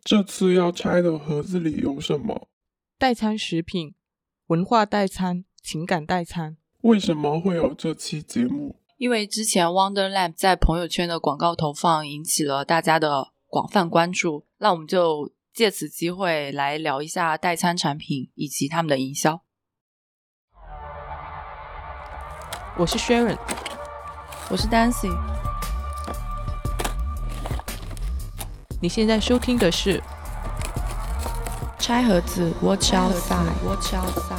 这次要拆的盒子里有什么？ 代餐食品、文化代餐、情感代餐。 为什么会有这期节目？ 因为之前 Wonderlab 在朋友圈的广告投放引起了大家的广泛关注，那我们就借此机会来聊一下代餐产品以及他们的营销。 我是 Sharon， 我是 Dancy。 你现在收听的是拆盒子 Watch Outside。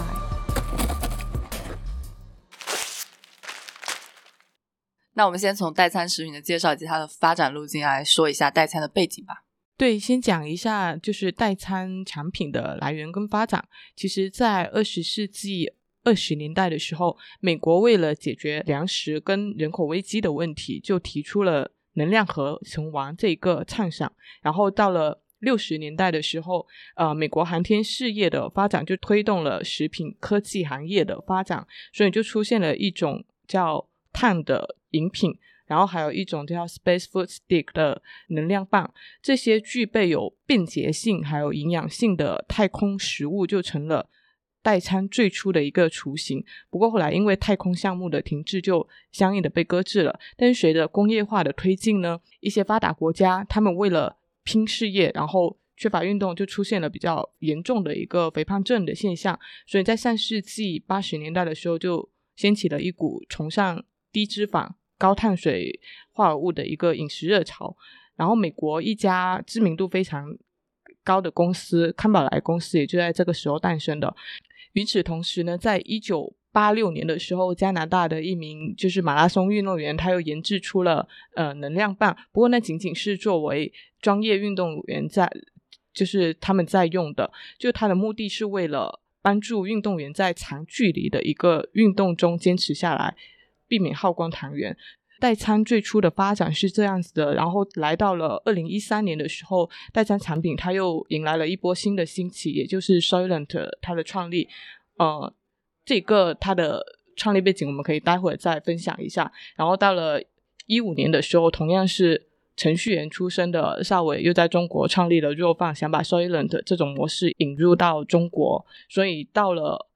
那我们先从代餐食品的介绍以及它的发展路径来说一下代餐的背景吧。 对，先讲一下就是代餐产品的来源跟发展。其实在20世纪20年代的时候，美国为了解决粮食跟人口危机的问题，就提出了能量合成王这个畅想。然后到了60年代的时候，美国航天事业的发展就推动了食品科技行业的发展，所以就出现了一种叫碳的饮品，然后还有一种叫 Space Food Stick 的能量棒，这些具备有便捷性还有营养性的太空食物就成了代餐最初的一个雏形。不过后来因为太空项目的停滞，就相应的被搁置了。但是随着工业化的推进呢，一些发达国家他们为了拼事业，然后缺乏运动，就出现了比较严重的一个肥胖症的现象。所以在上世纪80年代的时候，就掀起了一股崇尚低脂肪高碳水化合物的一个饮食热潮。然后美国一家知名度非常高的公司康宝莱公司也就在这个时候诞生的。与此同时呢，在1986年的时候，加拿大的一名就是马拉松运动员，他又研制出了能量棒，不过那仅仅是作为专业运动员就是他们在用的，就他的目的是为了帮助运动员在长距离的一个运动中坚持下来，避免耗光糖原。代餐最初的发展是这样子的，然后来到了2013年的时候，代餐产品它又迎来了一波新的兴起，也就是 Soylent 它的创立。这个它的创立背景我们可以待会儿再分享一下。然后到了15年的时候，同样是程序员出身的邵伟又在中国创立了肉饭，想把 Soylent 这种模式引入到中国。所以到了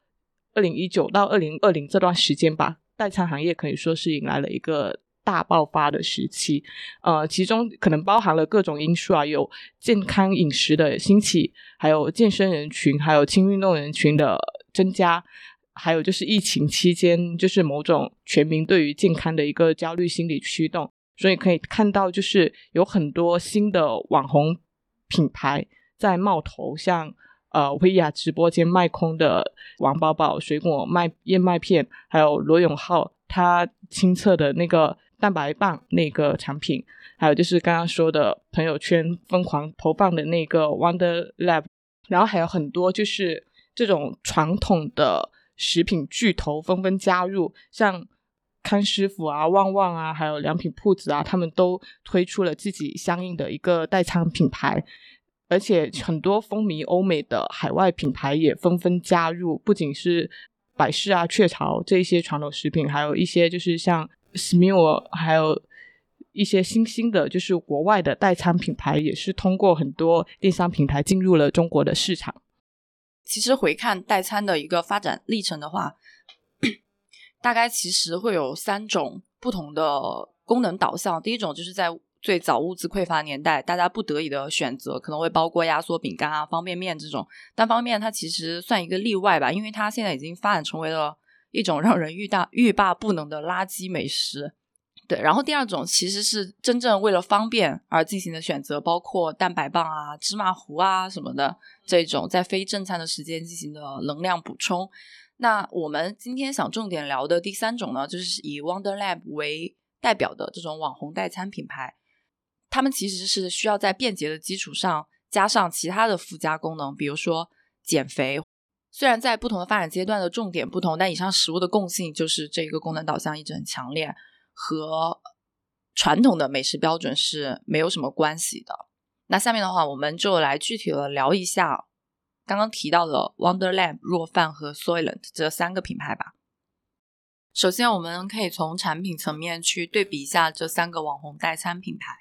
2019到2020这段时间吧，代餐行业可以说是迎来了一个大爆发的时期。其中可能包含了各种因素啊，有健康饮食的兴起，还有健身人群，还有轻运动人群的增加，还有就是疫情期间就是某种全民对于健康的一个焦虑心理驱动。所以可以看到就是有很多新的网红品牌在冒头，像薇娅直播间卖空的王宝宝水果燕麦片，还有罗永浩他亲测的那个蛋白棒那个产品，还有就是刚刚说的朋友圈疯狂投放的那个 Wonderlab， 然后还有很多就是这种传统的食品巨头纷纷加入，像康师傅啊、旺旺啊，还有良品铺子啊，他们都推出了自己相应的一个代餐品牌。而且很多风靡欧美的海外品牌也纷纷加入，不仅是百事啊、雀巢这一些传统食品，还有一些就是像 Smule， 还有一些新兴的就是国外的代餐品牌，也是通过很多电商平台进入了中国的市场。 其实回看代餐的一个发展历程的话，大概其实会有3种不同的功能导向。第一种就是在最早物资匮乏年代，大家不得已的选择可能会包括压缩饼干啊、方便面这种，但方便面它其实算一个例外吧，因为它现在已经发展成为了一种让人欲罢不能的垃圾美食。对，然后第二种其实是真正为了方便而进行的选择，包括蛋白棒啊、芝麻糊啊什么的，这种在非正餐的时间进行的能量补充。那我们今天想重点聊的第3种呢，就是以 Wonderlab 为代表的这种网红代餐品牌，他们其实是需要在便捷的基础上加上其他的附加功能，比如说减肥。虽然在不同的发展阶段的重点不同，但以上食物的共性就是这个功能导向一直很强烈，和传统的美食标准是没有什么关系的。那下面的话我们就来具体的聊一下刚刚提到的 Wonderlab、 若饭和 Soylent 这3个品牌吧。首先我们可以从产品层面去对比一下这3个网红代餐品牌。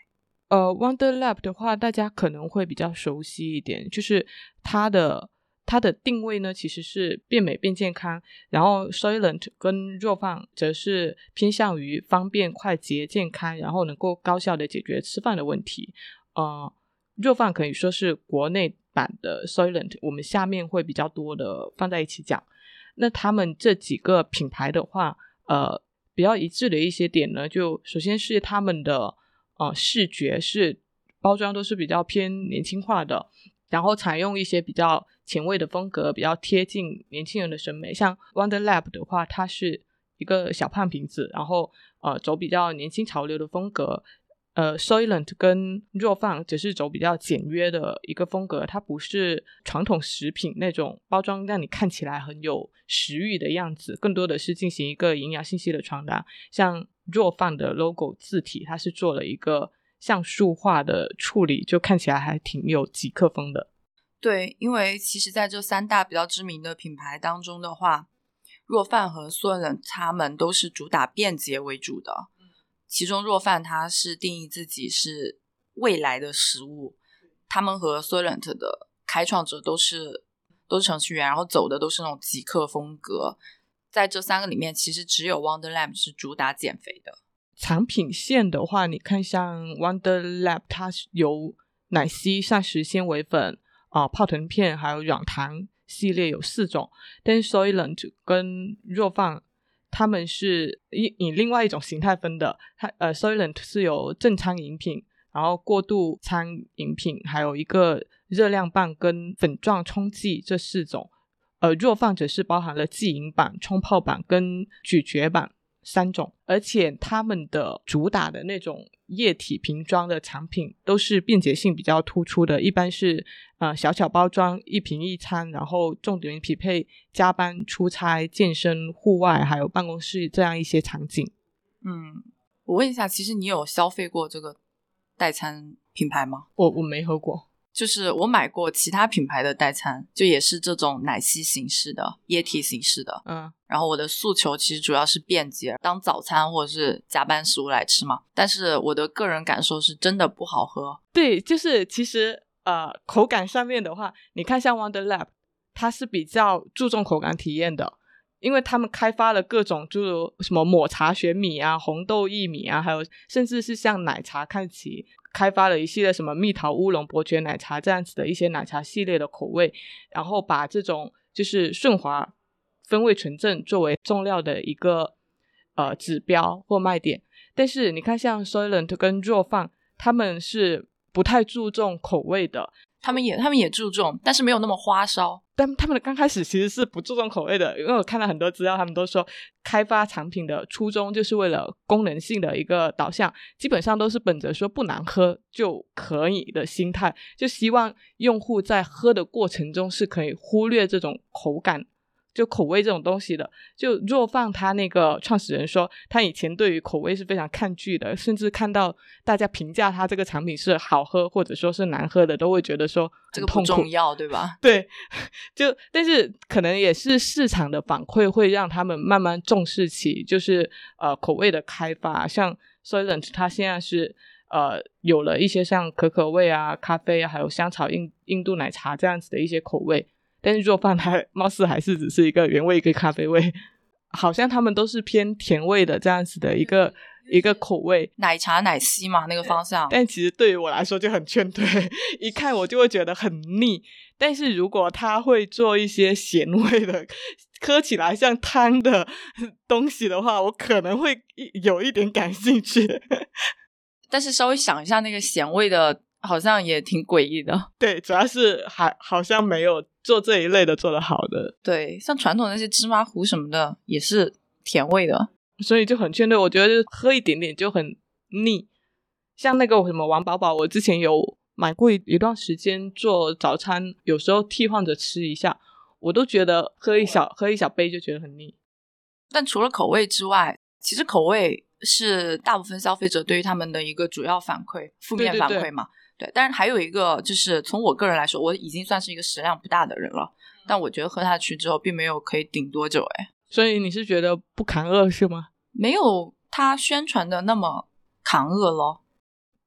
Wonder Lab 的话大家可能会比较熟悉一点，就是它的定位呢其实是变美变健康，然后 Soylent 跟若放则是偏向于方便快捷健康，然后能够高效的解决吃饭的问题。若放可以说是国内版的 Soylent， 我们下面会比较多的放在一起讲。那他们这几个品牌的话比较一致的一些点呢，就首先是他们的视觉是包装都是比较偏年轻化的，然后采用一些比较前卫的风格，比较贴近年轻人的审美。像 Wonder Lab 的话，它是一个小胖瓶子，然后走比较年轻潮流的风格。Soylent 跟若放只是走比较简约的一个风格，它不是传统食品那种包装让你看起来很有食欲的样子，更多的是进行一个营养信息的传达。像若放的 logo 字体，它是做了一个像素化的处理，就看起来还挺有极客风的。 对，因为其实在这三大比较知名的品牌当中的话，若放和 Soylent 他们都是主打便捷为主的。其中若放它是定义自己是未来的食物，他们和 Soylent 的开创者都是程序员，然后走的都是那种极客风格。在这三个里面，其实只有 Wonder Lab 是主打减肥的。 产品线的话，你看像 Wonder Lab 它有奶昔、膳食纤维粉、泡腾片还有软糖系列有4种，但是 Soylent 跟若放他们是以另外一种形态分的。Soylent 是有正餐饮品，然后过渡餐饮品，还有一个热量棒跟粉状冲剂这4种。若放则是包含了即饮版、冲泡版跟咀嚼版3种，而且他们的主打的那种液体瓶装的产品都是便捷性比较突出的，一般是小巧包装，一瓶一餐，然后重点匹配加班、出差、健身、户外还有办公室这样一些场景。 我问一下，其实你有消费过这个代餐品牌吗？ 我没喝过。 就是我买过其他品牌的代餐，就也是这种奶昔形式的、液体形式的。然后我的诉求其实主要是便捷，当早餐或者是加班食物来吃嘛。但是我的个人感受是真的不好喝。 对，就是其实口感上面的话，你看像 Wonder Lab 它是比较注重口感体验的，因为他们开发了各种诸如什么抹茶玄米啊、红豆薏米啊，还有甚至是像奶茶看齐开发了一系列什么蜜桃乌龙伯爵奶茶这样子的一些奶茶系列的口味，然后把这种就是顺滑风味纯正作为重要的一个指标或卖点。但是你看像 Soylent 跟若放他们是不太注重口味的。 他们也注重，但是没有那么花哨。 但他们的刚开始其实是不注重口味的，因为我看了很多资料，他们都说开发产品的初衷就是为了功能性的一个导向，基本上都是本着说不难喝就可以的心态，就希望用户在喝的过程中是可以忽略这种口感就口味这种东西的。就若放他那个创始人说他以前对于口味是非常抗拒的，甚至看到大家评价他这个产品是好喝或者说是难喝的都会觉得说这个不重要，对吧？ 对，但是可能也是市场的反馈会让他们慢慢重视起就是口味的开发。像 Soylent 他现在是有了一些像可可味啊、咖啡啊还有香草印度奶茶这样子的一些口味，但是若放它貌似还是只是一个原味跟咖啡味，好像他们都是偏甜味的这样子的一个口味， 奶茶奶昔嘛那个方向。 但其实对于我来说就很劝退，一看我就会觉得很腻。但是如果他会做一些咸味的喝起来像汤的东西的话，我可能会有一点感兴趣。 但是稍微想一下那个咸味的好像也挺诡异的。 对，主要是好像没有做这一类的做得好的。 对，像传统那些芝麻糊什么的也是甜味的， 所以就很劝退。我觉得就喝一点点就很腻。像那个什么王宝宝，我之前有买过一段时间做早餐，有时候替换着吃一下，我都觉得喝一小杯就觉得很腻。 但除了口味之外，其实口味是大部分消费者对于他们的一个主要反馈，负面反馈嘛。对，但是还有一个就是从我个人来说，我已经算是一个食量不大的人了，但我觉得喝下去之后并没有可以顶多久。 所以你是觉得不扛饿是吗？ 没有他宣传的那么扛饿咯。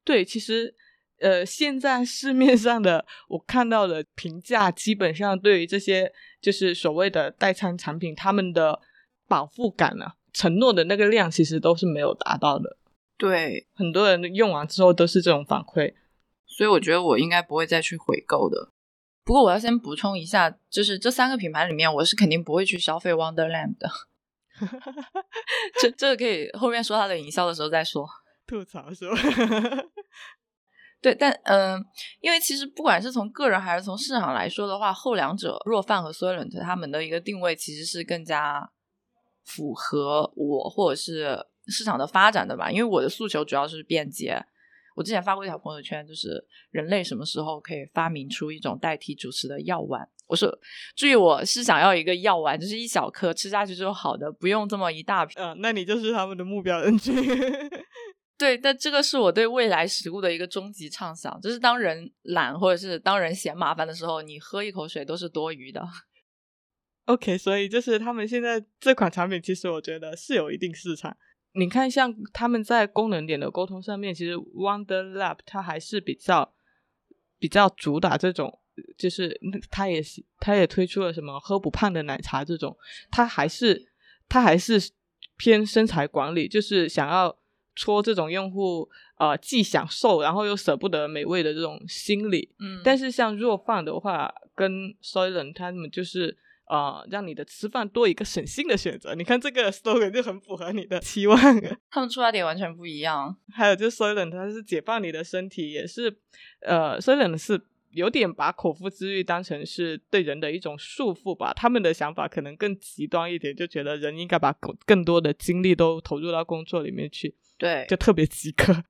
对，其实现在市面上的我看到的评价基本上对于这些就是所谓的代餐产品，他们的饱腹感啊，承诺的那个量其实都是没有达到的。 对， 很多人用完之后都是这种反馈， 所以我觉得我应该不会再去回购的。不过我要先补充一下，就是这3个品牌里面，我是肯定不会去消费 Wonderland 的。这个可以后面说它的营销的时候再说。 吐槽说对，但因为其实不管是从个人还是从市场来说的话，后两者若饭和 Soylent 他们的一个定位其实是更加符合我或者是市场的发展的吧。因为我的诉求主要是便捷。我之前发过一条朋友圈，就是人类什么时候可以发明出一种代替主食的药丸。我说注意，我是想要一个药丸，就是一小颗吃下去就好的，不用这么一大瓶。 那你就是他们的目标人群对，但这个是我对未来食物的一个终极畅想，就是当人懒或者是当人嫌麻烦的时候，你喝一口水都是多余的。 OK， 所以就是他们现在这款产品其实我觉得是有一定市场。你看像他们在功能点的沟通上面，其实 Wonder Lab 它还是比较主打这种，就是它也推出了什么喝不胖的奶茶这种，它还是偏身材管理，就是想要戳这种用户既想瘦然后又舍不得美味的这种心理。但是像若饭的话跟 Soylent 他们就是让你的吃饭多一个省心的选择。你看这个 slogan 就很符合你的期望他们出发点完全不一样。 还有就是 Soylent 它是解放你的身体，也是Soylent 是有点把口腹之欲当成是对人的一种束缚吧。他们的想法可能更极端一点，就觉得人应该把更多的精力都投入到工作里面去。 对， 就特别饥渴。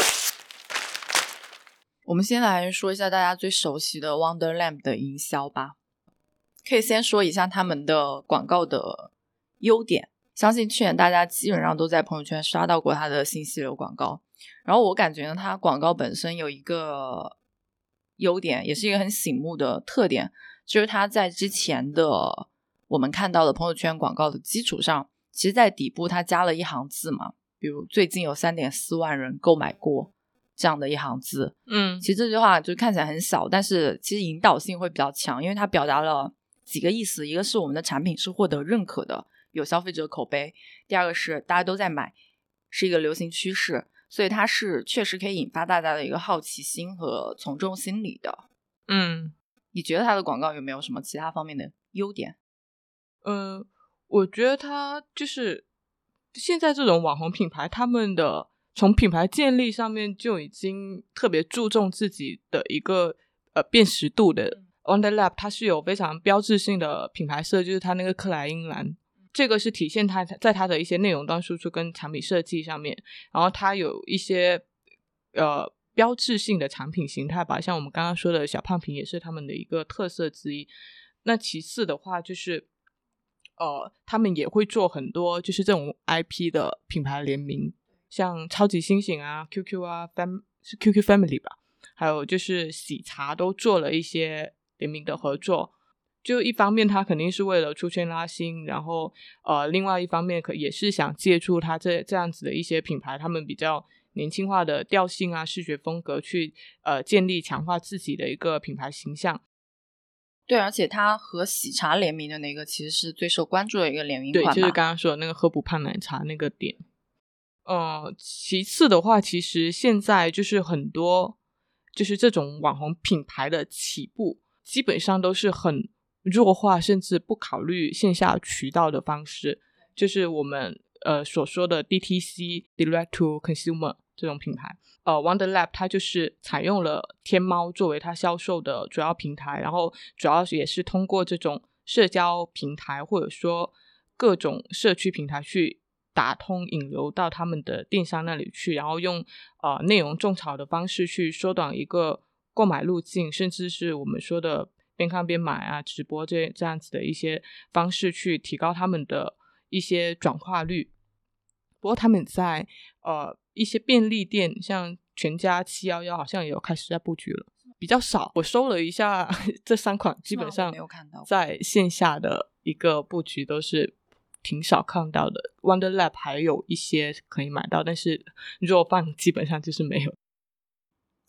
我们先来说一下大家最熟悉的 Wonderland 的营销吧。可以先说一下他们的广告的优点，相信去年大家基本上都在朋友圈刷到过他的新系列广告。然后我感觉呢，他广告本身有一个优点，也是一个很醒目的特点，就是他在之前的我们看到的朋友圈广告的基础上，其实在底部他加了一行字嘛，比如最近有 3.4 万人购买过这样的一行字。其实这句话就看起来很小，但是其实引导性会比较强，因为它表达了几个意思。一个是我们的产品是获得认可的，有消费者口碑；第二个是大家都在买，是一个流行趋势，所以它是确实可以引发大家的一个好奇心和从众心理的。你觉得它的广告有没有什么其他方面的优点？ 我觉得它就是现在这种网红品牌，他们的从品牌建立上面就已经特别注重自己的一个辨识度的。Wonder Lab 它是有非常标志性的品牌色，就是它那个克莱因蓝，这个是体现它在它的一些内容端输出跟产品设计上面。然后它有一些标志性的产品形态吧，像我们刚刚说的小胖瓶也是他们的一个特色之一。那其次的话就是他们也会做很多就是这种 IP 的品牌联名，像超级星星啊 QQ 啊是 QQ Family 吧，还有就是喜茶都做了一些联名的合作。就一方面它肯定是为了出圈拉新，然后另外一方面也是想借助它这样子的一些品牌他们比较年轻化的调性啊视觉风格去建立强化自己的一个品牌形象。 对，而且它和喜茶联名的那个其实是最受关注的一个联名款吧。 对，就是刚刚说的那个喝不胖奶茶那个点。其次的话，其实现在就是很多就是这种网红品牌的起步基本上都是很弱化甚至不考虑线下渠道的方式，就是我们所说的 DTC Direct to Consumer 这种品牌。Wonder Lab 它就是采用了天猫作为它销售的主要平台，然后主要也是通过这种社交平台或者说各种社区平台去打通引流到他们的电商那里去，然后用内容种草的方式去缩短一个购买路径，甚至是我们说的边看边买啊直播这样子的一些方式去提高他们的一些转化率。不过他们在一些便利店像全家711好像也有开始在布局了，比较少。我搜了一下这3款基本上在线下的一个布局都是挺少看到的。 Wonder Lab 还有一些可以买到，但是若饭基本上就是没有。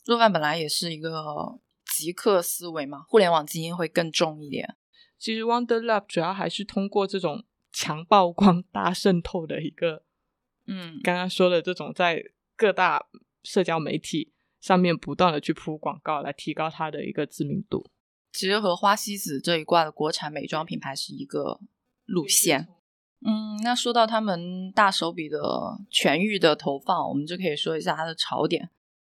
若饭本来也是一个极客思维嘛，互联网基因会更重一点。 其实 Wonder Lab 主要还是通过这种强曝光大渗透的一个刚刚说的这种在各大社交媒体上面不断的去铺广告来提高它的一个知名度。 其实和花西子这一挂的国产美妆品牌是一个路线。那说到他们大手笔的全域的投放，我们就可以说一下它的潮点。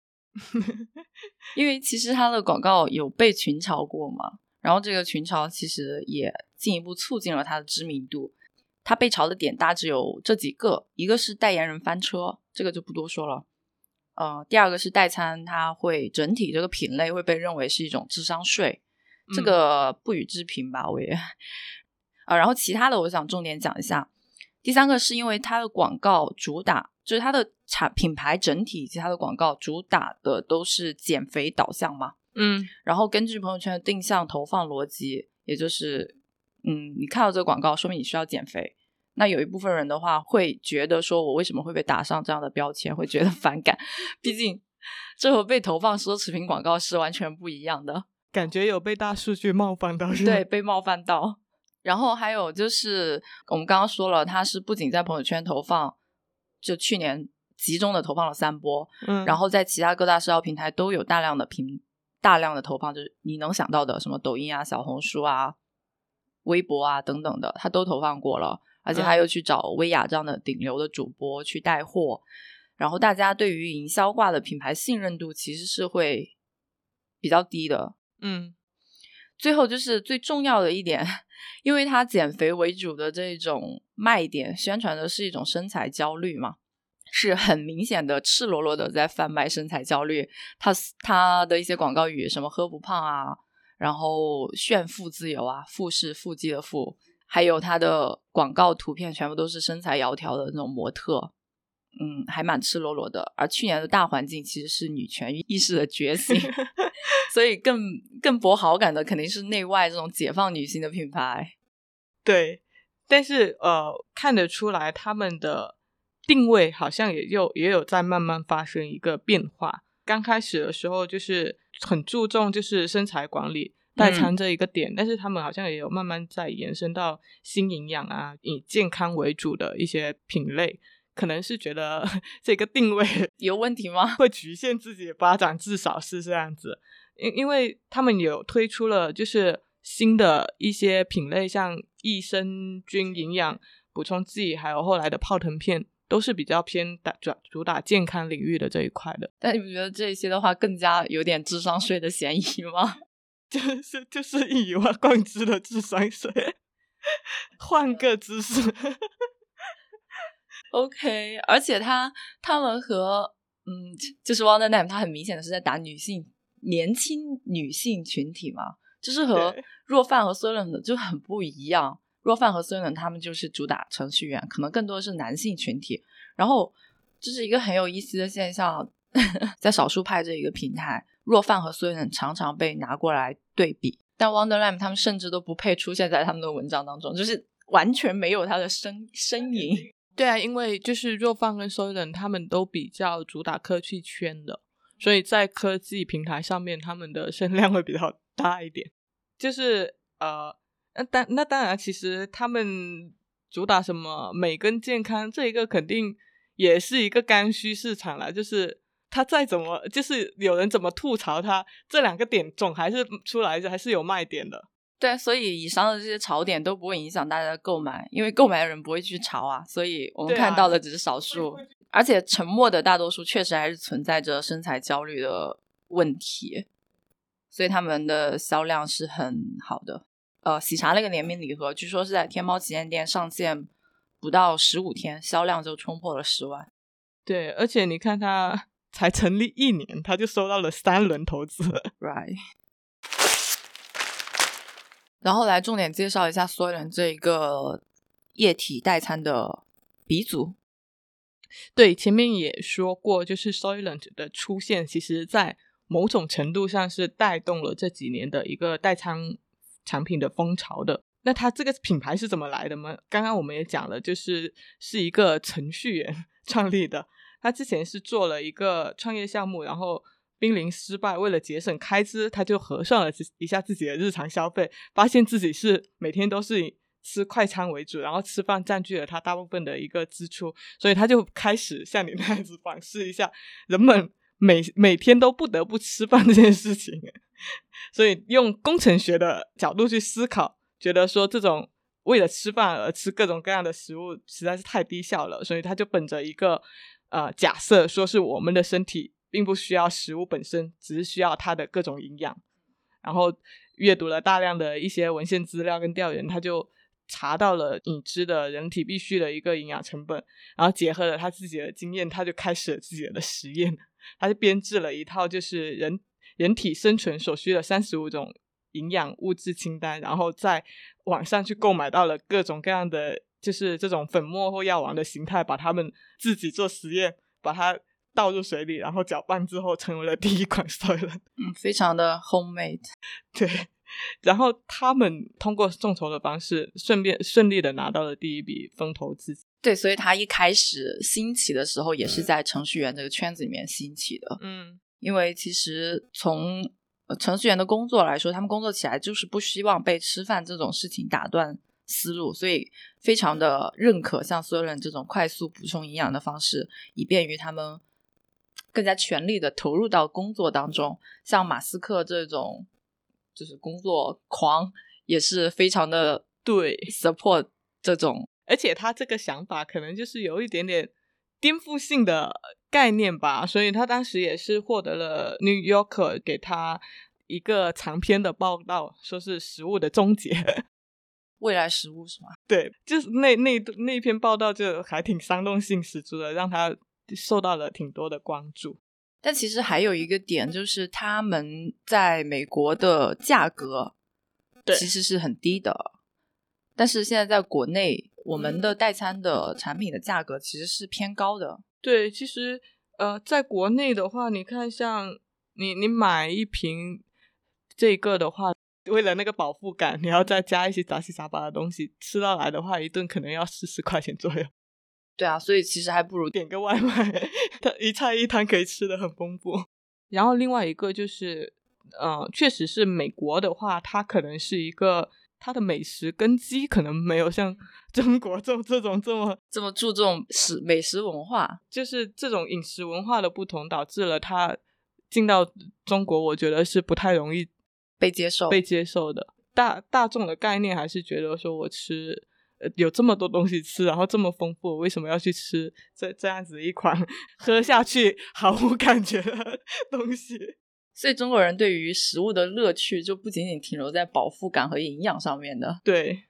因为其实它的广告有被群嘲过嘛，然后这个群嘲其实也进一步促进了它的知名度。它被嘲的点大致有这几个，一个是代言人翻车，这个就不多说了。第二个是代餐，它会整体这个品类会被认为是一种智商税，这个不予置评吧，我也然后其他的我想重点讲一下。第三个是因为它的广告主打，就是它的品牌整体以及它的广告主打的都是减肥导向嘛。然后根据朋友圈的定向投放逻辑，也就是你看到这个广告说明你需要减肥，那有一部分人的话会觉得说我为什么会被打上这样的标签，会觉得反感，毕竟这和被投放奢侈品广告是完全不一样的， 感觉有被大数据冒犯到。 对，被冒犯到。然后还有就是我们刚刚说了，它是不仅在朋友圈投放，就去年集中的投放了3波，然后在其他各大社交平台都有大量的投放，就是你能想到的什么抖音啊、小红书啊、微博啊等等的，它都投放过了。而且他又去找薇娅这样的顶流的主播去带货，然后大家对于营销挂的品牌信任度其实是会比较低的。最后就是最重要的一点，因为它减肥为主的这种卖点宣传的是一种身材焦虑嘛，是很明显的赤裸裸的在贩卖身材焦虑。它的一些广告语什么喝不胖啊，然后炫富自由啊，富是腹肌的富，还有它的广告图片全部都是身材窈窕的那种模特，还蛮赤裸裸的。而去年的大环境其实是女权意识的觉醒，所以更博好感的肯定是内外这种解放女性的品牌。 对，但是看得出来他们的定位好像也有在慢慢发生一个变化。刚开始的时候就是很注重就是身材管理代餐这一个点，但是他们好像也有慢慢在延伸到新营养啊，以健康为主的一些品类，可能是觉得这个定位有问题吗？ 会局限自己的发展，至少是这样子。因为他们有推出了就是新的一些品类，像益生菌营养补充剂，还有后来的泡腾片，都是比较偏主打健康领域的这一块的。 但你不觉得这些的话更加有点智商税的嫌疑吗？ 就是一以贯之的智商税，换个姿势。 OK， 而且他们和就是 Wonder Lab 他很明显的是在打年轻女性群体嘛，就是和若饭和 Soylent 的就很不一样。若饭和 Soylent 他们就是主打程序员，可能更多的是男性群体。然后这是一个很有意思的现象，在少数派这一个平台，若饭和 Soylent 常常被拿过来对比，但 Wonder Lab 他们甚至都不配出现在他们的文章当中，就是完全没有他的身影。 对啊，因为就是若饭跟 Soylent 他们都比较主打科技圈的，所以在科技平台上面他们的声量会比较大一点。就是那当然其实他们主打什么美跟健康，这一个肯定也是一个刚需市场啦，就是他再怎么就是有人怎么吐槽他，这两个点总还是出来还是有卖点的。 对，所以以上的这些潮点都不会影响大家的购买，因为购买的人不会去潮啊，所以我们看到的只是少数。而且沉默的大多数确实还是存在着身材焦虑的问题，所以他们的销量是很好的。喜茶那个联名礼盒据说是在天猫旗舰店上线不到15天，销量就冲破了10万。 对，而且你看他才成立1年，他就收到了3轮投资。 Right。然后来重点介绍一下 Soylent 这一个液体代餐的鼻祖。 对，前面也说过，就是 Soylent 的出现其实在某种程度上是带动了这几年的一个代餐产品的风潮的。那它这个品牌是怎么来的吗？刚刚我们也讲了，是一个程序员创立的。他之前是做了一个创业项目，然后濒临失败，为了节省开支，他就核算了一下自己的日常消费，发现自己是每天都是以吃快餐为主，然后吃饭占据了他大部分的一个支出，所以他就开始像你那样子反思一下人们每天都不得不吃饭这件事情，所以用工程学的角度去思考，觉得说这种为了吃饭而吃各种各样的食物实在是太低效了，所以他就本着一个假设，说是我们的身体并不需要食物本身，只是需要它的各种营养。然后阅读了大量的一些文献资料跟调研，他就查到了已知的人体必须的一个营养成本，然后结合了他自己的经验，他就开始了自己的实验，他就编制了一套就是人体生存所需的35种营养物质清单，然后在网上去购买到了各种各样的就是这种粉末或药丸的形态，把它们自己做实验，把它倒入水里，然后搅拌之后成为了第一款 Soylent。 非常的 homemade。 对，然后他们通过众筹的方式顺利的拿到了第一笔风投资。 对，所以他一开始兴起的时候也是在程序员这个圈子里面兴起的。因为其实从程序员的工作来说，他们工作起来就是不希望被吃饭这种事情打断思路，所以非常的认可像Soylent这种快速补充营养的方式，以便于他们更加全力的投入到工作当中。像马斯克这种就是工作狂也是非常的对 support 这种， 而且他这个想法可能就是有一点点颠覆性的概念吧，所以他当时也是获得了 New Yorker 给他一个长篇的报道，说是食物的终结。 未来食物是吗？ 对，就是那篇报道就还挺煽动性十足的，让他受到了挺多的关注。 但其实还有一个点，就是他们在美国的价格其实是很低的，但是现在在国内我们的代餐的产品的价格其实是偏高的。 对，其实在国内的话，你看像你买一瓶这个的话，为了那个饱腹感，你要再加一些杂七杂八的东西，吃到来的话一顿可能要40块钱左右。 对啊，所以其实还不如点个外卖，它一菜一汤可以吃得很丰富。然后另外一个就是确实是美国的话，它可能是一个它的美食根基可能没有像中国这么注重美食文化， 就是这种饮食文化的不同导致了它进到中国我觉得是不太容易被接受的。大众的概念还是觉得说我吃有这么多东西吃，然后这么丰富，为什么要去吃这样子一款喝下去毫无感觉的东西。 所以中国人对于食物的乐趣就不仅仅停留在饱腹感和营养上面的。 对，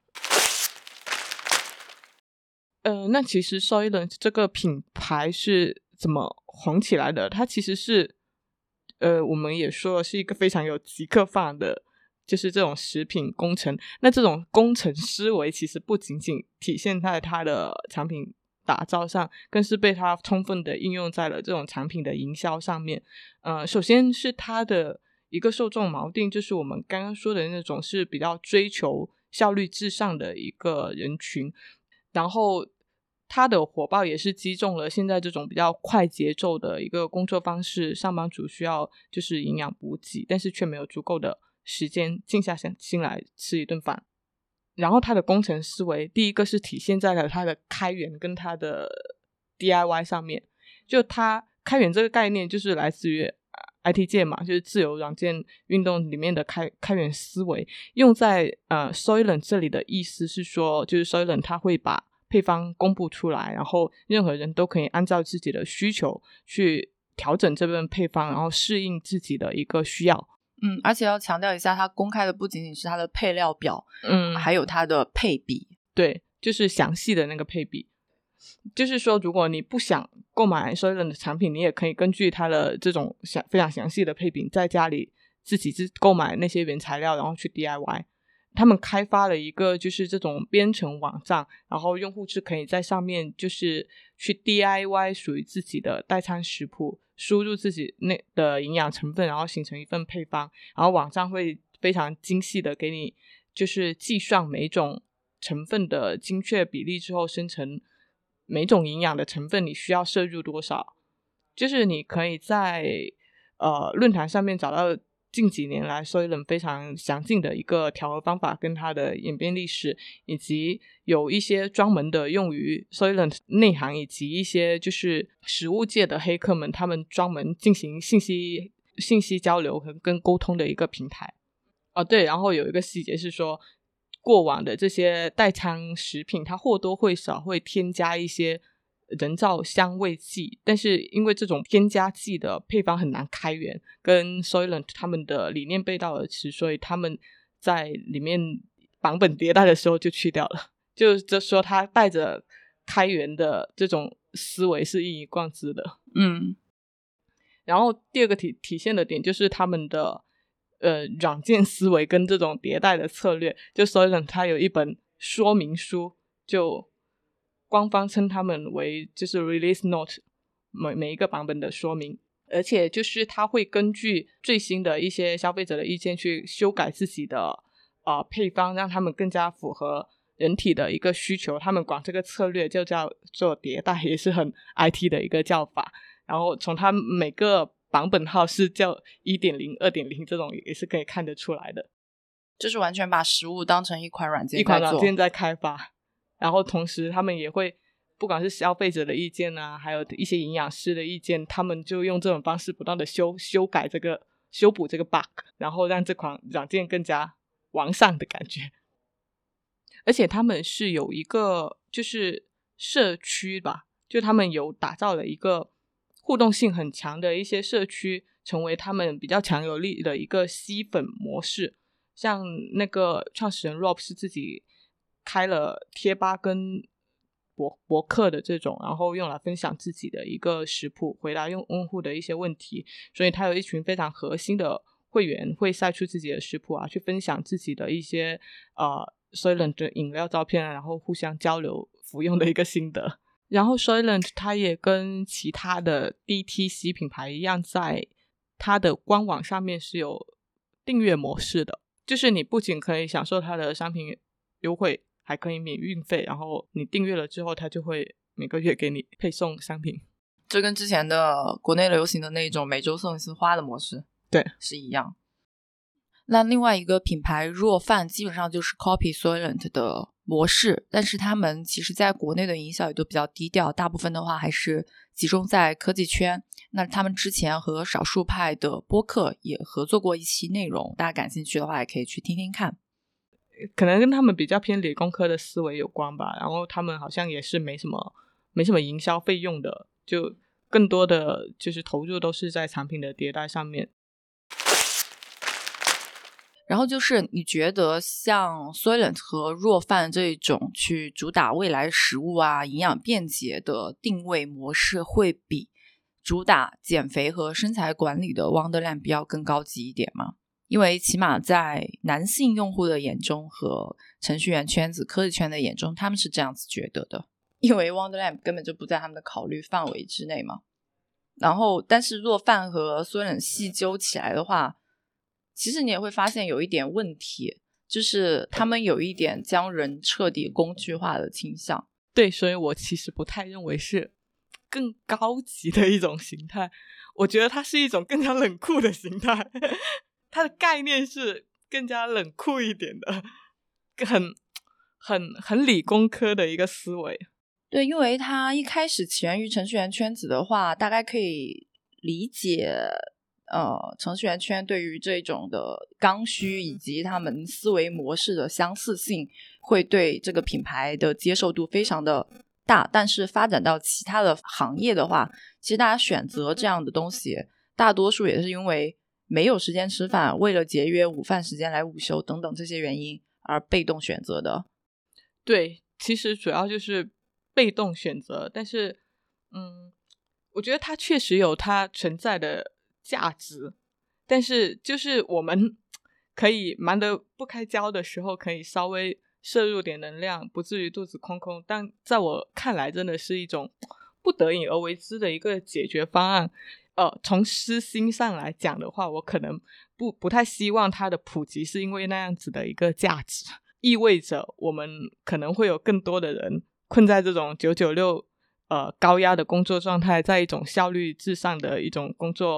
那其实 Soylent 这个品牌是怎么红起来的？它其实是我们也说了是一个非常有极客范的就是这种食品工程。那这种工程思维其实不仅仅体现在它的产品打造上，更是被它充分的应用在了这种产品的营销上面。首先是它的一个受众锚定，就是我们刚刚说的那种是比较追求效率至上的一个人群，然后它的火爆也是击中了现在这种比较快节奏的一个工作方式，上班族需要就是营养补给，但是却没有足够的时间静下心来吃一顿饭。然后它的工程思维第一个是体现在了它的开源跟它的 DIY 上面。就它开源这个概念就是来自于 IT 界嘛，就是自由软件运动里面的开源思维，用在Soylent 这里的意思是说，就是 Soylent 它会把配方公布出来，然后任何人都可以按照自己的需求去调整这份配方，然后适应自己的一个需要。 而且要强调一下，它公开的不仅仅是它的配料表，还有它的配比。 对，就是详细的那个配比。就是说如果你不想购买 Soylent 的产品，你也可以根据它的这种非常详细的配比，在家里自己购买那些原材料，然后去 DIY。 他们开发了一个就是这种编程网站，然后用户是可以在上面就是去 DIY 属于自己的代餐食谱，输入自己的营养成分，然后形成一份配方，然后网站会非常精细的给你就是计算每种成分的精确比例之后，生成每种营养的成分你需要摄入多少。就是你可以在论坛上面找到近几年来 Soylent 非常详尽的一个调和方法跟它的演变历史，以及有一些专门的用于 Soylent 内行以及一些就是食物界的黑客们，他们专门进行信息交流跟沟通的一个平台。对，然后有一个细节是说，过往的这些代餐食品它或多或少会添加一些人造香味剂，但是因为这种添加剂的配方很难开源，跟 Soylent 他们的理念背道而驰，所以他们在里面版本迭代的时候就去掉了，就说他带着开源的这种思维是一以贯之的。然后第二个体现的点就是他们的软件思维跟这种迭代的策略。就 Soylent 他有一本说明书，就官方称他们为就是 release note， 每一个版本的说明，而且就是他会根据最新的一些消费者的意见去修改自己的配方，让他们更加符合人体的一个需求。他们管这个策略就叫做迭代，也是很 IT 的一个叫法。然后从他每个版本号是叫 1.0 这种也是可以看得出来的， 就是完全把食物当成一款软件在开发。然后同时他们也会不管是消费者的意见啊，还有一些营养师的意见，他们就用这种方式不断的修补这个 bug， 然后让这款软件更加完善的感觉。而且他们是有一个就是社区吧，就他们有打造了一个互动性很强的一些社区，成为他们比较强有力的一个吸粉模式。像那个创始人 Rob 是自己开了贴吧跟博客的这种，然后用来分享自己的一个食谱，回答用户的一些问题，所以他有一群非常核心的会员会晒出自己的食谱啊，去分享自己的一些Soylent 的饮料照片啊，然后互相交流服用的一个心得。然后 Soylent 它也跟其他的 DTC 品牌一样，在它的官网上面是有订阅模式的，就是你不仅可以享受它的商品优惠，还可以免运费，然后你订阅了之后它就会每个月给你配送商品。 这跟之前的国内流行的那种每周送一次花的模式对是一样。那另外一个品牌若饭基本上就是 copy Soylent 的模式，但是他们其实在国内的营销也都比较低调，大部分的话还是集中在科技圈。那他们之前和少数派的播客也合作过一期内容，大家感兴趣的话也可以去听听看。 可能跟他们比较偏理工科的思维有关吧，然后他们好像也是没什么营销费用的，就更多的就是投入都是在产品的迭代上面。 然后就是你觉得像 Soylent 和若饭这种去主打未来食物啊、营养便捷的定位模式，会比主打减肥和身材管理的 Wonderland 比较更高级一点吗？因为起码在男性用户的眼中和程序员圈子、科技圈的眼中，他们是这样子觉得的，因为 Wonderland 根本就不在他们的考虑范围之内嘛。然后但是若饭和 Soylent 细究起来的话，其实你也会发现有一点问题，就是他们有一点将人彻底工具化的倾向。 对，所以我其实不太认为是更高级的一种形态，我觉得它是一种更加冷酷的形态它的概念是更加冷酷一点的，很理工科的一个思维。 对，因为它一开始起源于程序员圈子的话，大概可以理解程序员圈对于这种的刚需以及他们思维模式的相似性会对这个品牌的接受度非常的大，但是发展到其他的行业的话，其实大家选择这样的东西大多数也是因为没有时间吃饭，为了节约午饭时间来午休等等这些原因而被动选择的。 对，其实主要就是被动选择，但是我觉得它确实有它存在的价值，但是就是我们可以忙得不开交的时候可以稍微摄入点能量，不至于肚子空空，但在我看来真的是一种不得已而为之的一个解决方案。从私心上来讲的话，我可能不太希望它的普及是因为那样子的一个价值，意味着我们可能会有更多的人困在这种996高压的工作状态，在一种效率至上的一种工作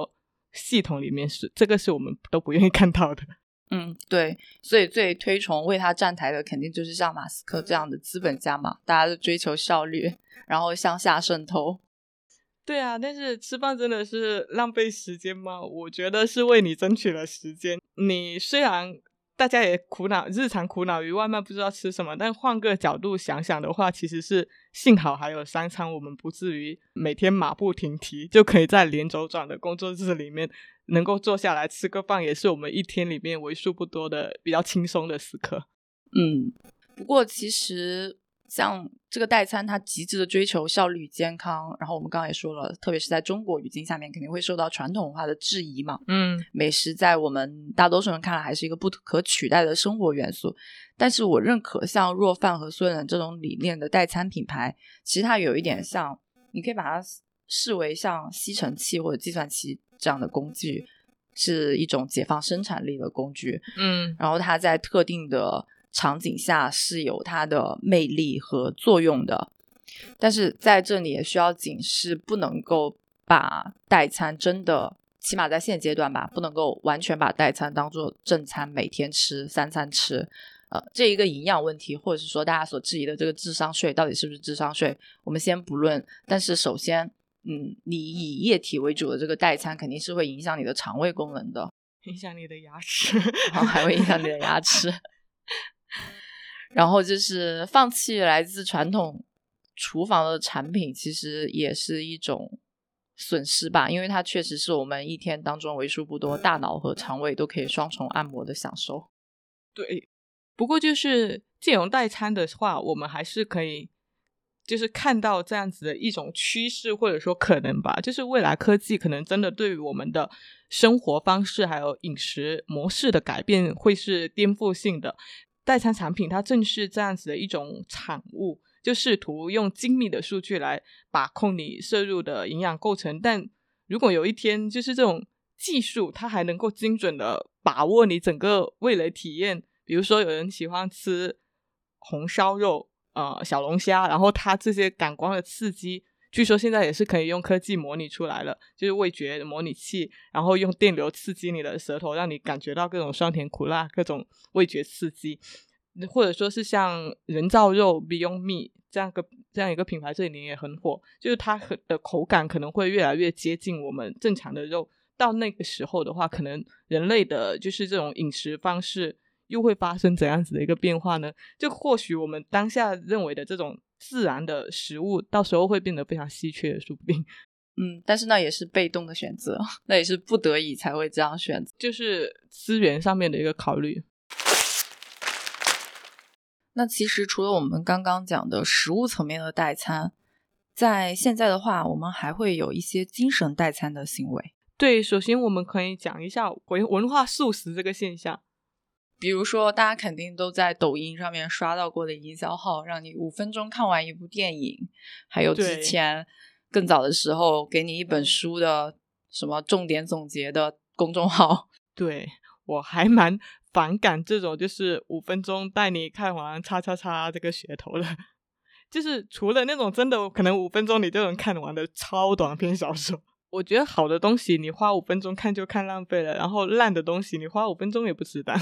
系统里面，这个是我们都不愿意看到的。 对，所以最推崇为他站台的肯定就是像马斯克这样的资本家嘛，大家都追求效率，然后向下渗透。 对啊，但是吃饭真的是浪费时间吗？我觉得是为你争取了时间。你虽然大家也日常苦恼于外卖不知道吃什么，但换个角度想想的话，其实是幸好还有3餐，我们不至于每天马不停蹄，就可以在连轴转的工作日里面能够坐下来吃个饭，也是我们一天里面为数不多的比较轻松的时刻。 不过其实像这个代餐它极致的追求效率健康，然后我们刚刚也说了，特别是在中国语境下面肯定会受到传统文化的质疑嘛。美食在我们大多数人看来还是一个不可取代的生活元素，但是我认可像若饭和孙仁这种理念的代餐品牌，其实它有一点像，你可以把它视为像吸尘器或者计算器这样的工具，是一种解放生产力的工具。然后它在特定的场景下是有它的魅力和作用的，但是在这里也需要警示，不能够把代餐真的，起码在现阶段吧，不能够完全把代餐当做正餐每天吃3餐吃。这一个营养问题，或者是说大家所质疑的这个智商税到底是不是智商税，我们先不论，但是首先你以液体为主的这个代餐肯定是会影响你的肠胃功能的， 影响你的牙齿然后还会影响你的牙齿然后就是放弃来自传统厨房的产品，其实也是一种损失吧，因为它确实是我们一天当中为数不多大脑和肠胃都可以双重按摩的享受。 对，不过就是借用代餐的话，我们还是可以就是看到这样子的一种趋势，或者说可能吧，就是未来科技可能真的对于我们的生活方式还有饮食模式的改变会是颠覆性的。代餐产品它正是这样子的一种产物，就试图用精密的数据来把控你摄入的营养构成，但如果有一天就是这种技术它还能够精准的把握你整个味蕾体验，比如说有人喜欢吃红烧肉小龙虾，然后它这些感官的刺激据说现在也是可以用科技模拟出来了，就是味觉模拟器，然后用电流刺激你的舌头，让你感觉到各种酸甜苦辣，各种味觉刺激。或者说是像人造肉 Beyond Meat 这样一个品牌这几年也很火，就是它的口感可能会越来越接近我们正常的肉，到那个时候的话，可能人类的就是这种饮食方式又会发生怎样子的一个变化呢？就或许我们当下认为的这种自然的食物到时候会变得非常稀缺，说不定。 但是那也是被动的选择，那也是不得已才会这样选择， 就是资源上面的一个考虑。 那其实除了我们刚刚讲的食物层面的代餐，在现在的话我们还会有一些精神代餐的行为。 对，首先我们可以讲一下文化素食这个现象。 比如说大家肯定都在抖音上面刷到过的营销号，让你5分钟看完一部电影，还有之前更早的时候给你一本书的什么重点总结的公众号。 对，我还蛮反感这种就是5分钟带你看完叉叉叉这个噱头的，就是除了那种真的可能5分钟你就能看完的超短篇小说，我觉得好的东西你花5分钟看就看浪费了，然后烂的东西你花5分钟也不值当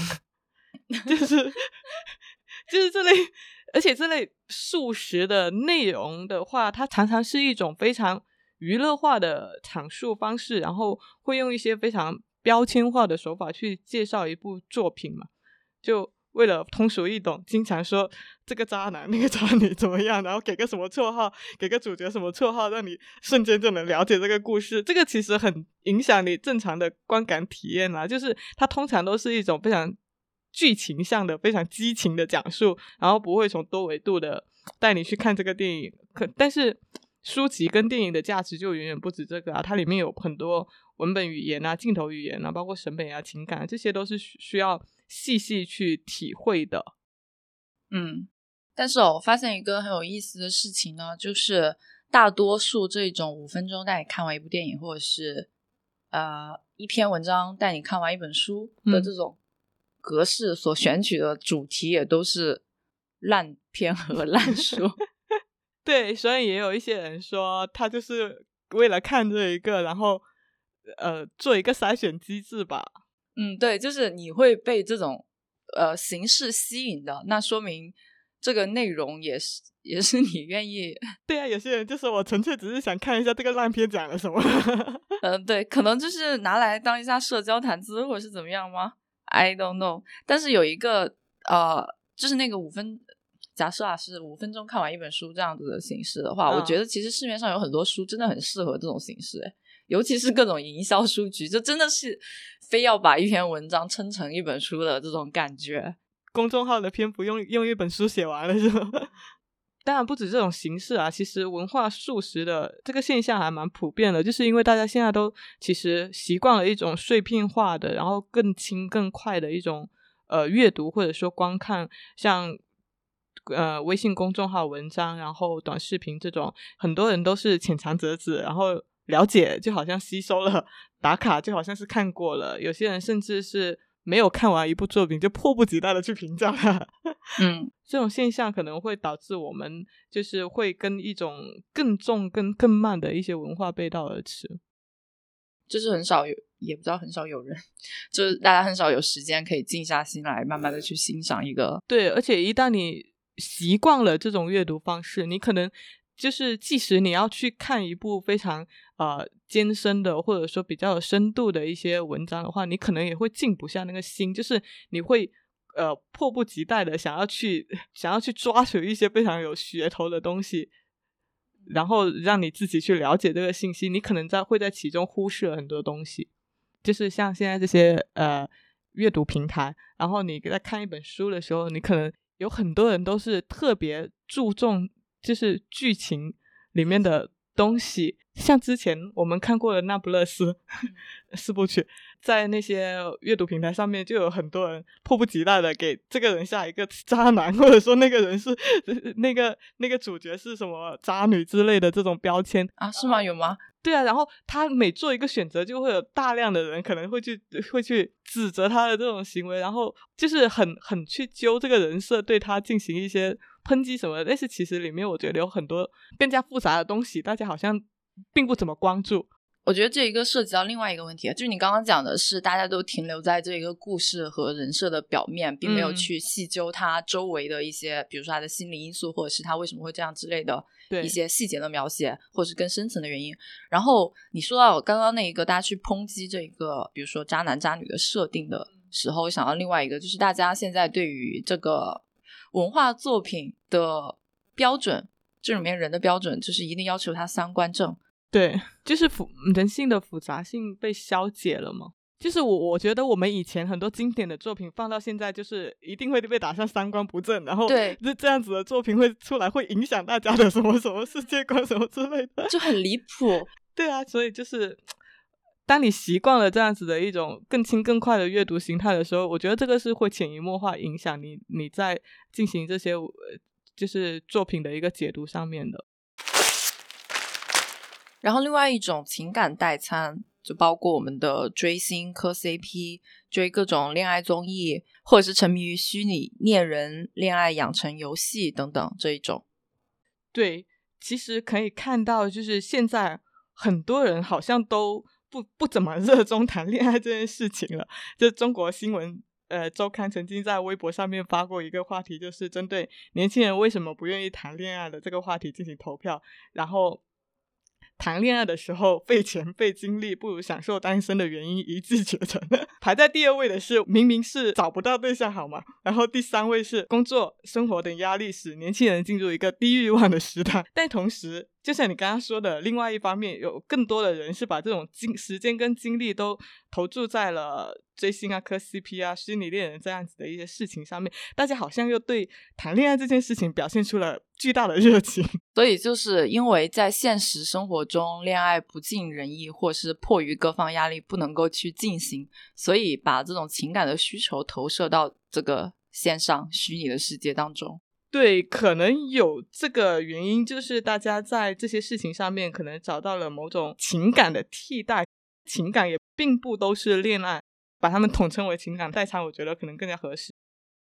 就是这类，而且这类素食的内容的话，它常常是一种非常娱乐化的阐述方式，然后会用一些非常标签化的手法去介绍一部作品嘛，就为了通俗易懂，经常说这个渣男那个渣女怎么样，然后给个什么绰号，给个主角什么绰号，让你瞬间就能了解这个故事。这个其实很影响你正常的观感体验啦，就是它通常都是一种非常剧情向的非常激情的讲述，然后不会从多维度的带你去看这个电影。但是书籍跟电影的价值就远远不止这个啊，它里面有很多文本语言啊、镜头语言啊，包括审美啊、情感啊，这些都是需要细细去体会的。 但是我发现一个很有意思的事情呢，就是大多数这种5分钟带你看完一部电影，或者是一篇文章带你看完一本书的这种格式所选取的主题也都是烂片和烂书对，所以也有一些人说他就是为了看这一个，然后做一个筛选机制吧。 对，就是你会被这种形式吸引的，那说明这个内容也是你愿意。 对啊，有些人就是我纯粹只是想看一下这个烂片讲了什么。 对，可能就是拿来当一下社交谈资或者是怎么样吗？ I don't know。 但是有一个就是那个假设是5分钟看完一本书这样子的形式的话，我觉得其实市面上有很多书真的很适合这种形式，尤其是各种营销书局，就真的是非要把一篇文章撑成一本书的这种感觉。 公众号的篇幅用一本书写完了是吧？当然不止这种形式啊，其实文化速食的这个现象还蛮普遍的，就是因为大家现在都其实习惯了一种碎片化的，然后更轻更快的一种阅读或者说观看，像微信公众号文章，然后短视频这种，很多人都是浅尝辄止，然后了解就好像吸收了，打卡就好像是看过了，有些人甚至是没有看完一部作品就迫不及待的去评价它。这种现象可能会导致我们就是会跟一种更重更慢的一些文化背道而驰， 就是很少有，也不知道很少有人，就是大家很少有时间可以静下心来慢慢的去欣赏一个。 对，而且一旦你习惯了这种阅读方式，你可能就是即使你要去看一部非常艰深的或者说比较有深度的一些文章的话，你可能也会静不下那个心，就是你会迫不及待的想要去抓取一些非常有噱头的东西，然后让你自己去了解这个信息，你可能会在其中忽视了很多东西。就是像现在这些阅读平台，然后你在看一本书的时候，你可能有很多人都是特别注重就是剧情里面的东西，像之前我们看过的那不勒斯4部曲，在那些阅读平台上面就有很多人迫不及待的给这个人下一个渣男，或者说那个人是那个主角是什么渣女之类的这种标签啊？是吗？有吗？ 对啊，然后他每做一个选择就会有大量的人可能会去指责他的这种行为，然后就是很去揪这个人设，对他进行一些抨击什么的，但是其实里面我觉得有很多更加复杂的东西，大家好像并不怎么关注。 我觉得这一个涉及到另外一个问题，就是你刚刚讲的是大家都停留在这个故事和人设的表面，并没有去细究他周围的一些比如说他的心理因素，或者是他为什么会这样之类的一些细节的描写，或者是更深层的原因。然后你说到刚刚那一个大家去抨击这个比如说渣男渣女的设定的时候，我想到另外一个，就是大家现在对于这个文化作品的标准，这里面人的标准就是一定要求他3观正。 对，就是人性的复杂性被消解了嘛。就是我觉得我们以前很多经典的作品放到现在就是一定会被打上3观不正，然后这样子的作品会出来会影响大家的什么什么世界观什么之类的， 就很离谱。 对啊，所以就是当你习惯了这样子的一种更轻更快的阅读形态的时候，我觉得这个是会潜移默化影响你在进行这些就是作品的一个解读上面的。 然后另外一种情感代餐就包括我们的追星磕 CP， 追各种恋爱综艺，或者是沉迷于虚拟恋人恋爱养成游戏等等这一种。 对，其实可以看到就是现在很多人好像都不怎么热衷谈恋爱这件事情了。就中国新闻周刊曾经在微博上面发过一个话题，就是针对年轻人为什么不愿意谈恋爱的这个话题进行投票，然后谈恋爱的时候费钱费精力不如享受单身的原因一致决成。排在第2位的是明明是找不到对象好吗，然后第3位是工作生活等压力使年轻人进入一个低欲望的时代。但同时就像你刚刚说的，另外一方面有更多的人是把这种时间跟精力都投注在了追星啊磕 CP 啊虚拟恋人这样子的一些事情上面，大家好像又对谈恋爱这件事情表现出了巨大的热情。 所以就是因为在现实生活中恋爱不尽人意，或是迫于各方压力不能够去进行，所以把这种情感的需求投射到这个线上虚拟的世界当中。 对，可能有这个原因，就是大家在这些事情上面可能找到了某种情感的替代，情感也并不都是恋爱，把它们统称为情感代餐我觉得可能更加合适。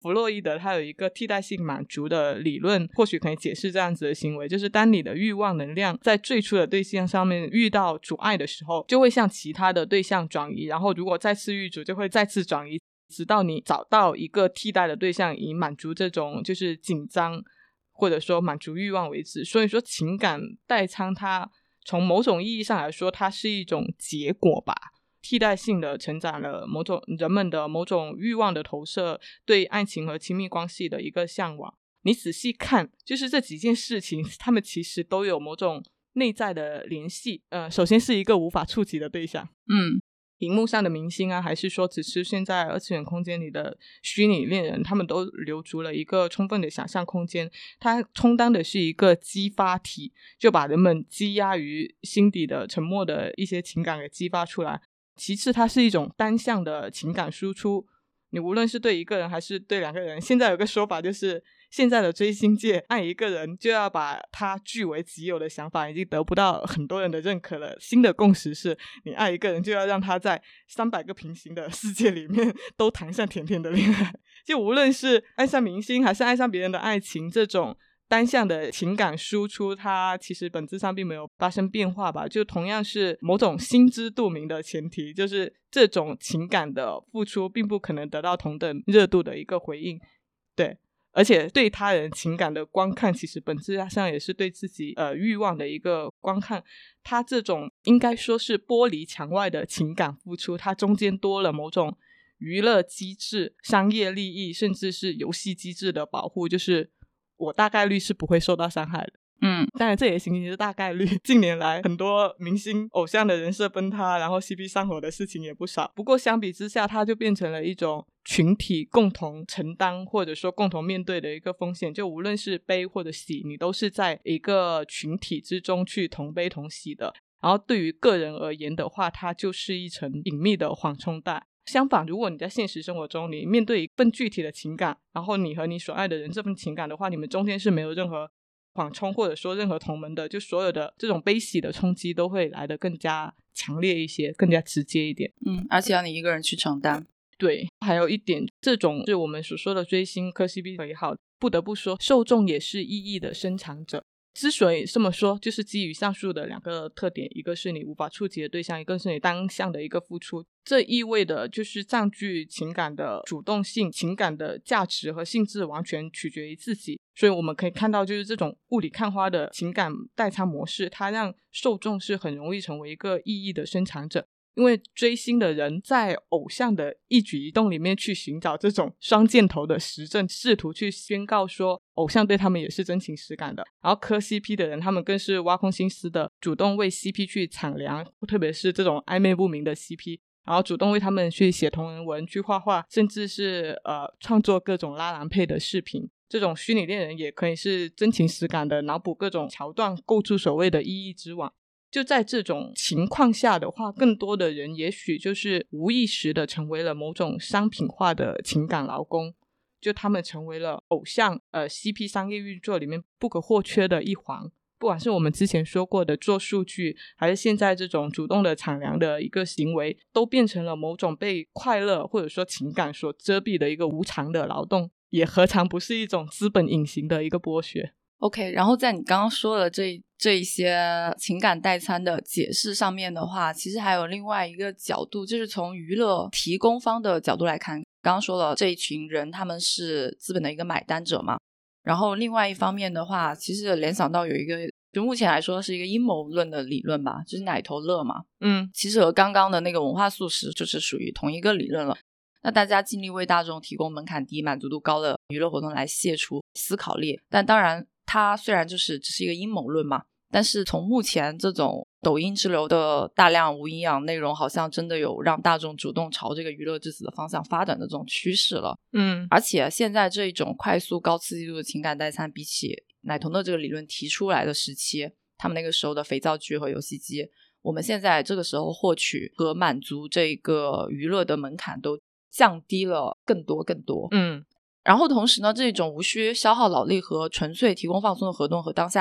弗洛伊德他有一个替代性满足的理论，或许可以解释这样子的行为，就是当你的欲望能量在最初的对象上面遇到阻碍的时候，就会向其他的对象转移，然后如果再次遇阻就会再次转移，直到你找到一个替代的对象以满足这种就是紧张或者说满足欲望为止。所以说情感代偿它从某种意义上来说它是一种结果吧，替代性的承载了某种人们的某种欲望的投射，对爱情和亲密关系的一个向往。你仔细看，就是这几件事情他们其实都有某种内在的联系。首先是一个无法触及的对象，荧幕上的明星啊，还是说只出现在二次元空间里的虚拟恋人，他们都留足了一个充分的想象空间，它充当的是一个激发体，就把人们积压于心底的沉默的一些情感给激发出来。其次它是一种单向的情感输出，你无论是对一个人还是对两个人，现在有个说法就是现在的追星界爱一个人就要把他据为己有的想法已经得不到很多人的认可了，新的共识是你爱一个人就要让他在300个平行的世界里面都谈上甜甜的恋爱。就无论是爱上明星还是爱上别人的爱情，这种单向的情感输出它其实本质上并没有发生变化吧，就同样是某种心知肚明的前提，就是这种情感的付出并不可能得到同等热度的一个回应。对，而且对他人情感的观看其实本质上也是对自己欲望的一个观看，他这种应该说是玻璃墙外的情感付出，它中间多了某种娱乐机制、商业利益甚至是游戏机制的保护，就是我大概率是不会受到伤害的。当然这也仅仅是大概率，近年来很多明星偶像的人设崩塌，然后 CP 上火的事情也不少，不过相比之下它就变成了一种群体共同承担或者说共同面对的一个风险，就无论是悲或者喜，你都是在一个群体之中去同悲同喜的，然后对于个人而言的话，它就是一层隐秘的缓冲带。相反，如果你在现实生活中你面对一份具体的情感，然后你和你所爱的人这份情感的话，你们中间是没有任何缓冲或者说任何同门的，就所有的这种悲喜的冲击都会来得更加强烈一些，更加直接一点。 而且要你一个人去承担。 对，还有一点，这种是我们所说的追星磕 CP 也好，不得不说受众也是意义的生产者。之所以这么说，就是基于上述的两个特点，一个是你无法触及的对象，一个是你单向的一个付出，这意味着就是占据情感的主动性，情感的价值和性质完全取决于自己。所以我们可以看到，就是这种雾里看花的情感代偿模式，它让受众是很容易成为一个意义的生产者，因为追星的人在偶像的一举一动里面去寻找这种双箭头的实证，试图去宣告说偶像对他们也是真情实感的。然后磕 CP 的人，他们更是挖空心思的主动为 CP 去敞量，特别是这种暧昧不明的 CP， 然后主动为他们去写同人文，去画画，甚至是创作各种拉郎配的视频。这种虚拟恋人也可以是真情实感的脑补各种桥段，构筑所谓的意义之网。就在这种情况下的话，更多的人也许就是无意识的成为了某种商品化的情感劳工，就他们成为了偶像CP 商业运作里面不可或缺的一环。不管是我们之前说过的做数据，还是现在这种主动的敞量的一个行为，都变成了某种被快乐或者说情感所遮蔽的一个无偿的劳动，也何尝不是一种资本隐形的一个剥削。 OK， 然后在你刚刚说的这一些情感代餐的解释上面的话，其实还有另外一个角度，就是从娱乐提供方的角度来看，刚刚说了这一群人他们是资本的一个买单者嘛，然后另外一方面的话，其实联想到有一个就目前来说是一个阴谋论的理论吧，就是奶头乐嘛。其实和刚刚的那个文化素食就是属于同一个理论了。那大家尽力为大众提供门槛低满足度高的娱乐活动来卸除思考力，但当然它虽然就是只是一个阴谋论嘛，但是从目前这种抖音之流的大量无营养内容，好像真的有让大众主动朝这个娱乐至死的方向发展的这种趋势了。而且现在这一种快速高刺激度的情感代餐，比起奶头乐这个理论提出来的时期，他们那个时候的肥皂剧和游戏机，我们现在这个时候获取和满足这个娱乐的门槛都降低了更多。然后同时呢，这种无需消耗脑力和纯粹提供放松的活动和当下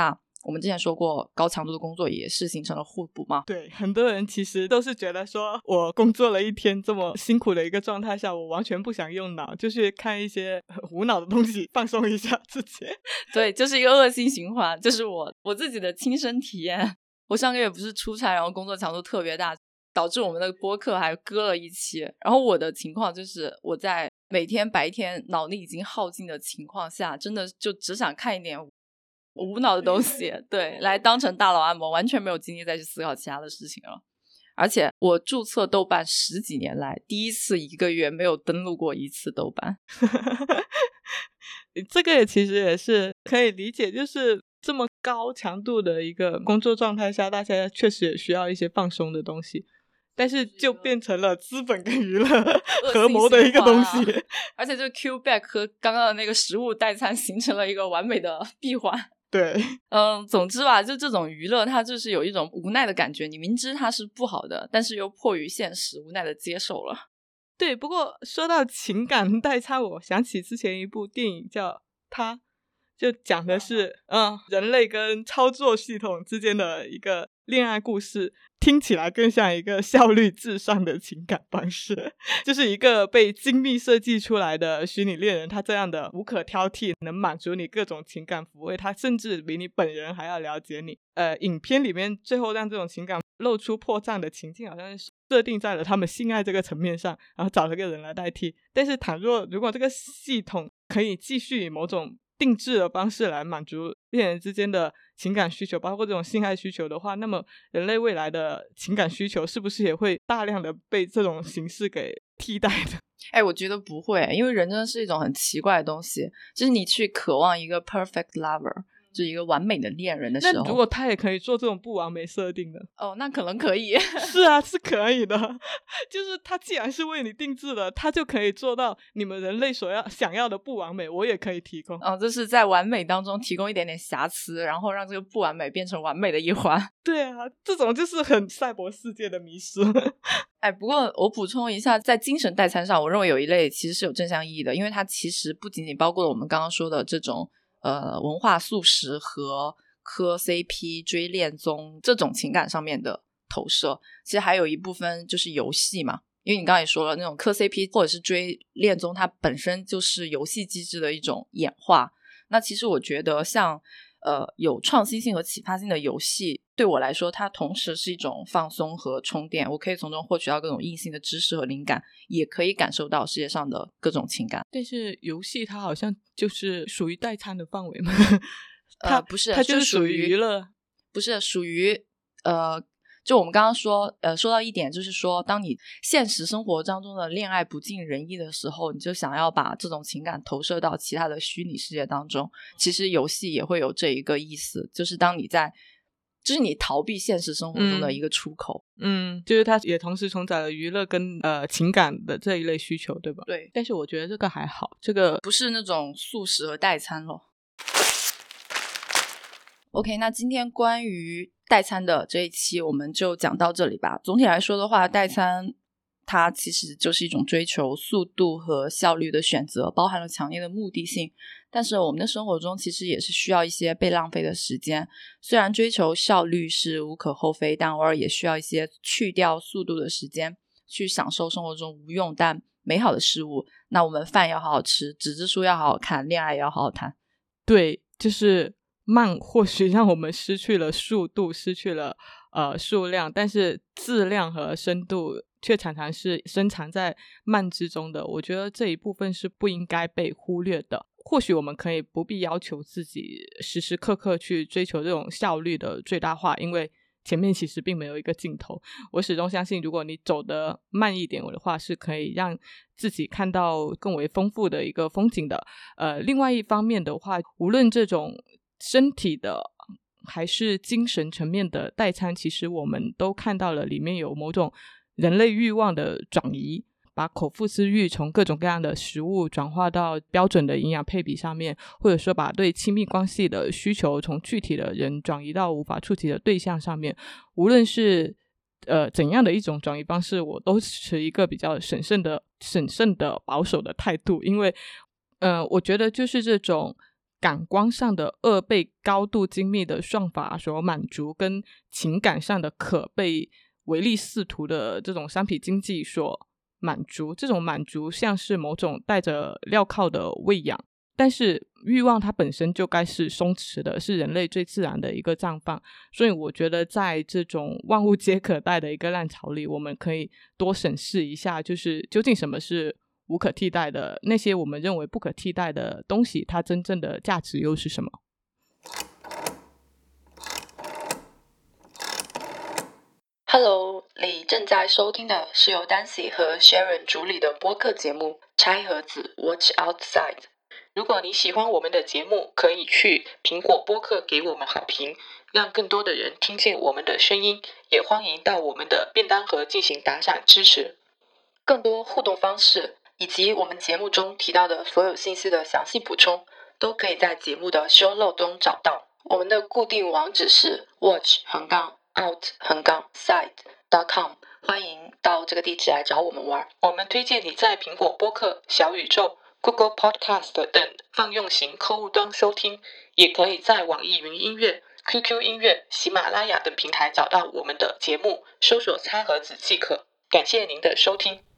我们之前说过高强度的工作也是形成了互补嘛。 对，很多人其实都是觉得说我工作了一天这么辛苦的一个状态下，我完全不想用脑，就是看一些无脑的东西放松一下自己。 对，就是一个恶性循环，这是我自己的亲身体验。我上个月不是出差，然后工作强度特别大，导致我们的播客还割了一期。然后我的情况就是我在每天白天脑力已经耗尽的情况下，真的就只想看一点无脑的东西，对，来当成大脑按摩，完全没有精力再去思考其他的事情了。而且我注册豆瓣10几年来第一次1个月没有登录过一次豆瓣。 这个也其实也是可以理解，就是这么高强度的一个工作状态下，大家确实也需要一些放松的东西，但是就变成了资本跟娱乐合谋的一个东西。 而且这个 Q-back 和刚刚的那个食物代餐形成了一个完美的闭环。 对， 总之吧，就这种娱乐它就是有一种无奈的感觉，你明知它是不好的，但是又迫于现实无奈的接受了。 对，不过说到情感代餐，我想起之前一部电影叫《他》，就讲的是人类跟操作系统之间的一个恋爱故事，听起来更像一个效率至上的情感方式。就是一个被精密设计出来的虚拟恋人，他这样的无可挑剔，能满足你各种情感抚慰，他甚至比你本人还要了解你。影片里面最后让这种情感露出破绽的情境，好像是设定在了他们性爱这个层面上，然后找了个人来代替。但是如果这个系统可以继续以某种定制的方式来满足恋人之间的情感需求，包括这种性爱需求的话，那么人类未来的情感需求是不是也会大量的被这种形式给替代的？ 我觉得不会，因为人真的是一种很奇怪的东西，就是你去渴望一个 perfect lover，就是一个完美的恋人的时候， 那如果他也可以做这种不完美设定的那可能可以。 是啊，是可以的。就是他既然是为你定制的，他就可以做到你们人类想要的不完美，我也可以提供。 就是在完美当中提供一点点瑕疵，然后让这个不完美变成完美的一环。 对啊，这种就是很赛博世界的迷失。 不过我补充一下，在精神代餐上，我认为有一类其实是有正向意义的，因为它其实不仅仅包括了我们刚刚说的这种文化素食和磕 CP 追恋综这种情感上面的投射，其实还有一部分就是游戏嘛，因为你刚刚也说了，那种磕 CP 或者是追恋综它本身就是游戏机制的一种演化。那其实我觉得像有创新性和启发性的游戏，对我来说它同时是一种放松和充电，我可以从中获取到各种硬性的知识和灵感，也可以感受到世界上的各种情感。 但是游戏它好像就是属于代餐的范围吗？ 不是， 它就是属于娱乐， 不是属于就我们刚刚说到一点，就是说当你现实生活当中的恋爱不尽人意的时候，你就想要把这种情感投射到其他的虚拟世界当中，其实游戏也会有这一个意思，就是当你就是你逃避现实生活中的一个出口。 就是它也同时承载了娱乐跟情感的这一类需求，对吧？ 对， 但是我觉得这个还好，这个不是那种速食和代餐咯。OK， 那今天关于代餐的这一期我们就讲到这里吧。总体来说的话，代餐它其实就是一种追求速度和效率的选择，包含了强烈的目的性，但是我们的生活中其实也是需要一些被浪费的时间。虽然追求效率是无可厚非，但偶尔也需要一些去掉速度的时间，去享受生活中无用但美好的事物。那我们饭要好好吃，纸质书要好好看，恋爱也要好好谈。 对，就是慢或许让我们失去了速度，失去了数量，但是质量和深度却常常是深藏在慢之中的。我觉得这一部分是不应该被忽略的。或许我们可以不必要求自己时时刻刻去追求这种效率的最大化，因为前面其实并没有一个尽头。我始终相信，如果你走得慢一点的话，是可以让自己看到更为丰富的一个风景的。另外一方面的话，无论这种身体的还是精神层面的代餐，其实我们都看到了里面有某种人类欲望的转移，把口腹之欲从各种各样的食物转化到标准的营养配比上面，或者说把对亲密关系的需求从具体的人转移到无法触及的对象上面。无论是怎样的一种转移方式，我都持一个比较审慎的保守的态度，因为我觉得就是这种感官上的2被高度精密的算法所满足，跟情感上的可被唯利是图的这种商品经济所满足。这种满足像是某种带着镣铐的喂养，但是欲望它本身就该是松弛的，是人类最自然的一个绽放。所以我觉得在这种万物皆可待的一个浪潮里，我们可以多审视一下，就是究竟什么是无可替代的，那些我们认为不可替代的东西，它真正的价值又是什么。 Hello， 你正在收听的是由 Dancy 和 Sharon 主理的播客节目《拆盒子 Watch Outside》。 如果你喜欢我们的节目，可以去苹果播客给我们好评，让更多的人听见我们的声音，也欢迎到我们的便当盒进行打赏支持。 更多互动方式以及我们节目中提到的所有信息的详细补充，都可以在节目的 show note 中找到。我们的固定网址是 watch_out_side.com， 欢迎到这个地址来找我们玩。 我们推荐你在苹果播客、小宇宙、Google Podcast 等泛用型客户端收听，也可以在网易云音乐、QQ 音乐、喜马拉雅等平台找到我们的节目，搜索拆盒子即可。感谢您的收听。